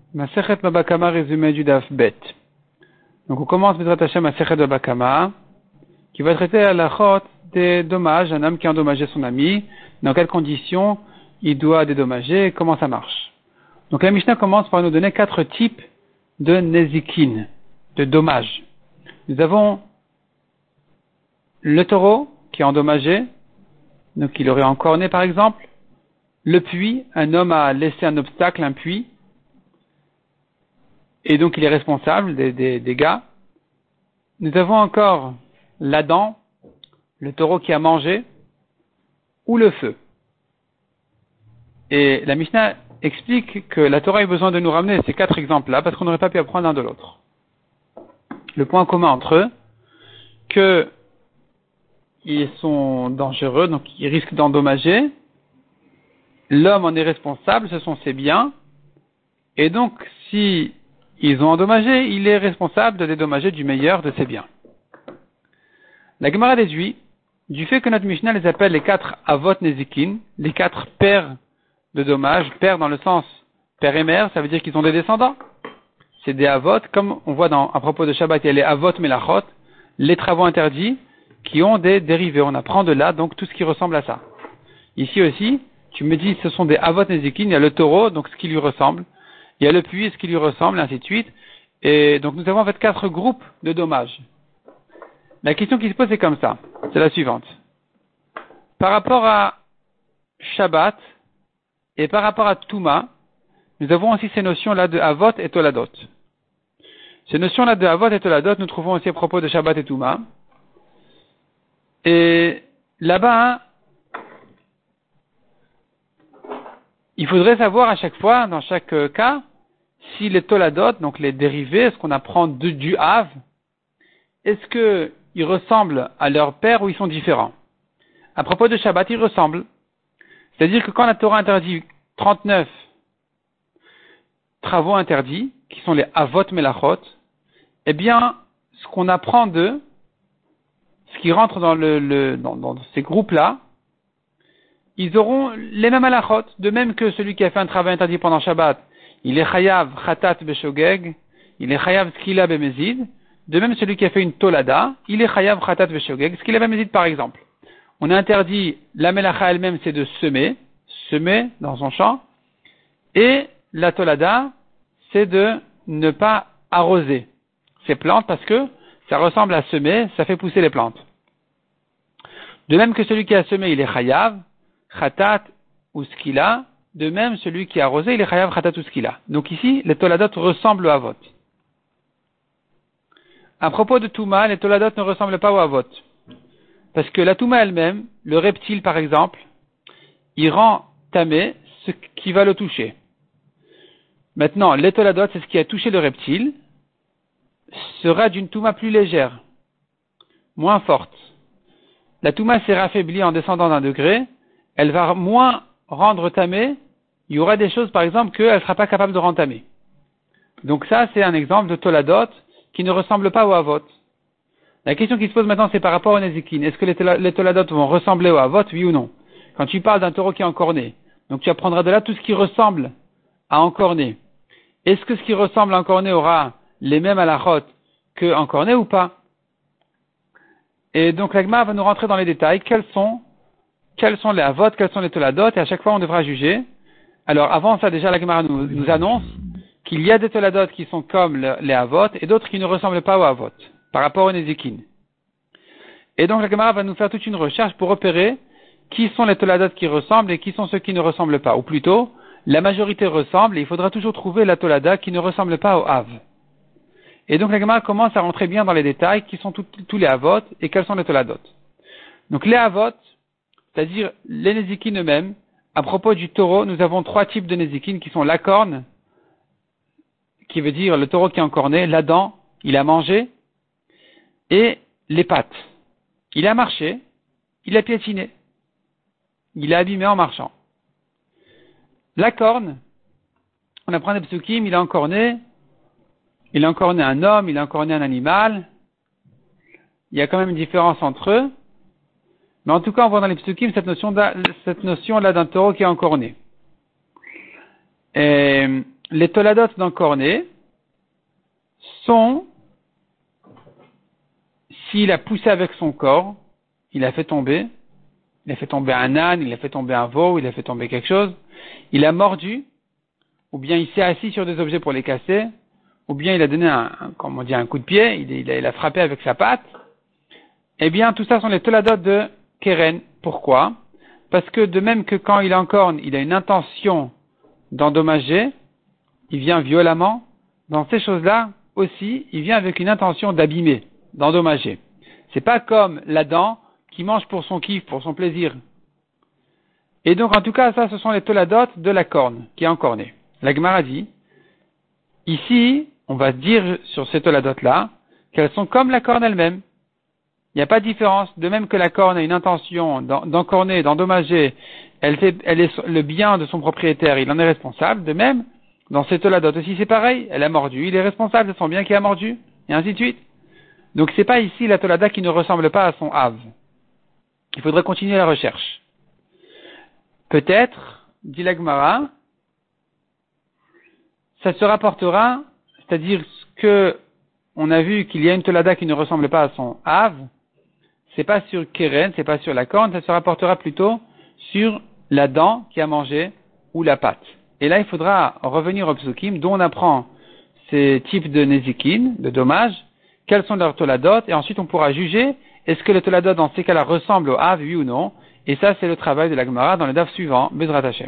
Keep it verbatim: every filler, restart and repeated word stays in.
Masechet Baba Kama, résumé du Daf Bet. Donc on commence Bezrat Hashem Masechet Baba Kama, qui va traiter à la chot des dommages, un homme qui a endommagé son ami, dans quelles conditions il doit dédommager et comment ça marche. Donc la Mishnah commence par nous donner quatre types de nezikin, de dommages. Nous avons le taureau qui est endommagé, donc il aurait encorné par exemple, le puits, un homme a laissé un obstacle, un puits, et donc il est responsable des, des dégâts. Nous avons encore la dent, le taureau qui a mangé, ou le feu. Et la Mishnah explique que la Torah a eu besoin de nous ramener ces quatre exemples-là, parce qu'on n'aurait pas pu apprendre l'un de l'autre. Le point commun entre eux, que ils sont dangereux, donc ils risquent d'endommager. L'homme en est responsable, ce sont ses biens, et donc si ils ont endommagé, il est responsable de dédommager du meilleur de ses biens. La Gemara déduit du fait que notre Mishnah les appelle les quatre avot nezikin, les quatre pères de dommages, pères dans le sens père et mère, ça veut dire qu'ils ont des descendants. C'est des avot, comme on voit dans, à propos de Shabbat, il y a les avot melachot, les travaux interdits, qui ont des dérivés. On apprend de là, donc, tout ce qui ressemble à ça. Ici aussi, tu me dis, ce sont des avot nezikin, il y a le taureau, donc ce qui lui ressemble, il y a le puits, ce qui lui ressemble, et ainsi de suite. Et donc, nous avons en fait quatre groupes de dommages. La question qui se pose est comme ça. C'est la suivante. Par rapport à Shabbat, et par rapport à Touma, nous avons aussi ces notions-là de Avot et Toladot. Ces notions-là de Avot et Toladot, nous trouvons aussi à propos de Shabbat et Touma. Et là-bas, il faudrait savoir à chaque fois, dans chaque cas, si les Toladot, donc les dérivés, ce qu'on apprend de, du Av, est-ce qu'ils ressemblent à leur père ou ils sont différents? À propos de Shabbat, ils ressemblent. C'est-à-dire que quand la Torah interdit trente-neuf travaux interdits, qui sont les Avot Melachot, eh bien, ce qu'on apprend d'eux, ce qui rentre dans, le, le, dans, dans ces groupes-là, ils auront les mêmes halachot, de même que celui qui a fait un travail interdit pendant Shabbat, il est chayav chatat beshogeg, il est chayav skila bemezid, de même celui qui a fait une tolada, il est chayav chatat beshogeg, skila bemezid par exemple. On a interdit, la melacha elle-même c'est de semer, semer dans son champ, et la tolada c'est de ne pas arroser ces plantes parce que ça ressemble à semer, ça fait pousser les plantes. De même que celui qui a semé il est chayav, chatat ou skila, de même celui qui a arrosé il est chayav chatat ou skila. Donc ici les toladot ressemblent au avot. À propos de Touma, les toladot ne ressemblent pas au avot. Parce que la Touma elle-même, le reptile par exemple, il rend tamé ce qui va le toucher. Maintenant, les toladot, c'est ce qui a touché le reptile, sera d'une Touma plus légère, moins forte. La Touma s'est raffaiblie en descendant d'un degré, elle va moins rendre tamé, il y aura des choses par exemple qu'elle ne sera pas capable de rendre tamé. Donc ça c'est un exemple de toladot qui ne ressemble pas au avot. La question qui se pose maintenant, c'est par rapport au nezikin. Est-ce que les toladot vont ressembler au avot, oui ou non? Quand tu parles d'un taureau qui est encorné, donc tu apprendras de là tout ce qui ressemble à encorné. Est-ce que ce qui ressemble à encorné aura les mêmes halachot que encorné ou pas? Et donc la Gemara va nous rentrer dans les détails. Quels sont, quels sont les avot, quels sont les toladot, et à chaque fois on devra juger. Alors avant ça, déjà la Gemara nous, nous annonce qu'il y a des toladot qui sont comme le, les avot et d'autres qui ne ressemblent pas aux avot, par rapport au nezikin. Et donc la Gemara va nous faire toute une recherche pour repérer qui sont les toladot qui ressemblent et qui sont ceux qui ne ressemblent pas. Ou plutôt, la majorité ressemble et il faudra toujours trouver la tolada qui ne ressemble pas au av. Et donc la Gemara commence à rentrer bien dans les détails qui sont tout, tous les avot et quels sont les toladot. Donc les avot, c'est-à-dire les nezikin eux-mêmes, à propos du taureau, nous avons trois types de nezikin qui sont la corne, qui veut dire le taureau qui est encorné, la dent, il a mangé, et les pattes. Il a marché, il a piétiné, il a abîmé en marchant. La corne, on apprend des psukim, il a encorné, il a encorné un homme, il a encorné un animal. Il y a quand même une différence entre eux. Mais en tout cas, on voit dans les psukim cette notion, cette notion là d'un taureau qui est encorné. Et les toladot d'un cornet sont, s'il a poussé avec son corps, il a fait tomber, il a fait tomber un âne, il a fait tomber un veau, il a fait tomber quelque chose, il a mordu, ou bien il s'est assis sur des objets pour les casser, ou bien il a donné un, un comment on dit, un coup de pied, il, il, a, il a frappé avec sa patte, eh bien tout ça sont les toladot de Keren. Pourquoi? Parce que de même que quand il encorne, il a une intention d'endommager, il vient violemment, dans ces choses-là aussi, il vient avec une intention d'abîmer, d'endommager. C'est pas comme l'Adam qui mange pour son kiff, pour son plaisir. Et donc en tout cas, ça ce sont les toladot de la corne, qui est encornée. La Gemara dit, ici, on va dire sur ces toladot-là, qu'elles sont comme la corne elle-même. Il n'y a pas de différence. De même que la corne a une intention d'encorner, d'endommager, elle, fait, elle est le bien de son propriétaire, il en est responsable. De même, dans ces toladot aussi c'est pareil, elle a mordu, il est responsable de son bien qui a mordu, et ainsi de suite. Donc c'est pas ici la tolada qui ne ressemble pas à son Hav. Il faudrait continuer la recherche. Peut-être, dit la Gemara, ça se rapportera, c'est-à-dire que on a vu qu'il y a une tolada qui ne ressemble pas à son Hav, c'est pas sur Keren, c'est pas sur la corne, ça se rapportera plutôt sur la dent qui a mangé ou la patte. Et là, il faudra revenir au psukim, dont on apprend ces types de nezikin, de dommages, quels sont leurs toladot, et ensuite on pourra juger est-ce que le toladot dans ces cas-là ressemble au Hav, oui ou non, et ça c'est le travail de la Gemara dans le daf suivant, Bezrat Hashem.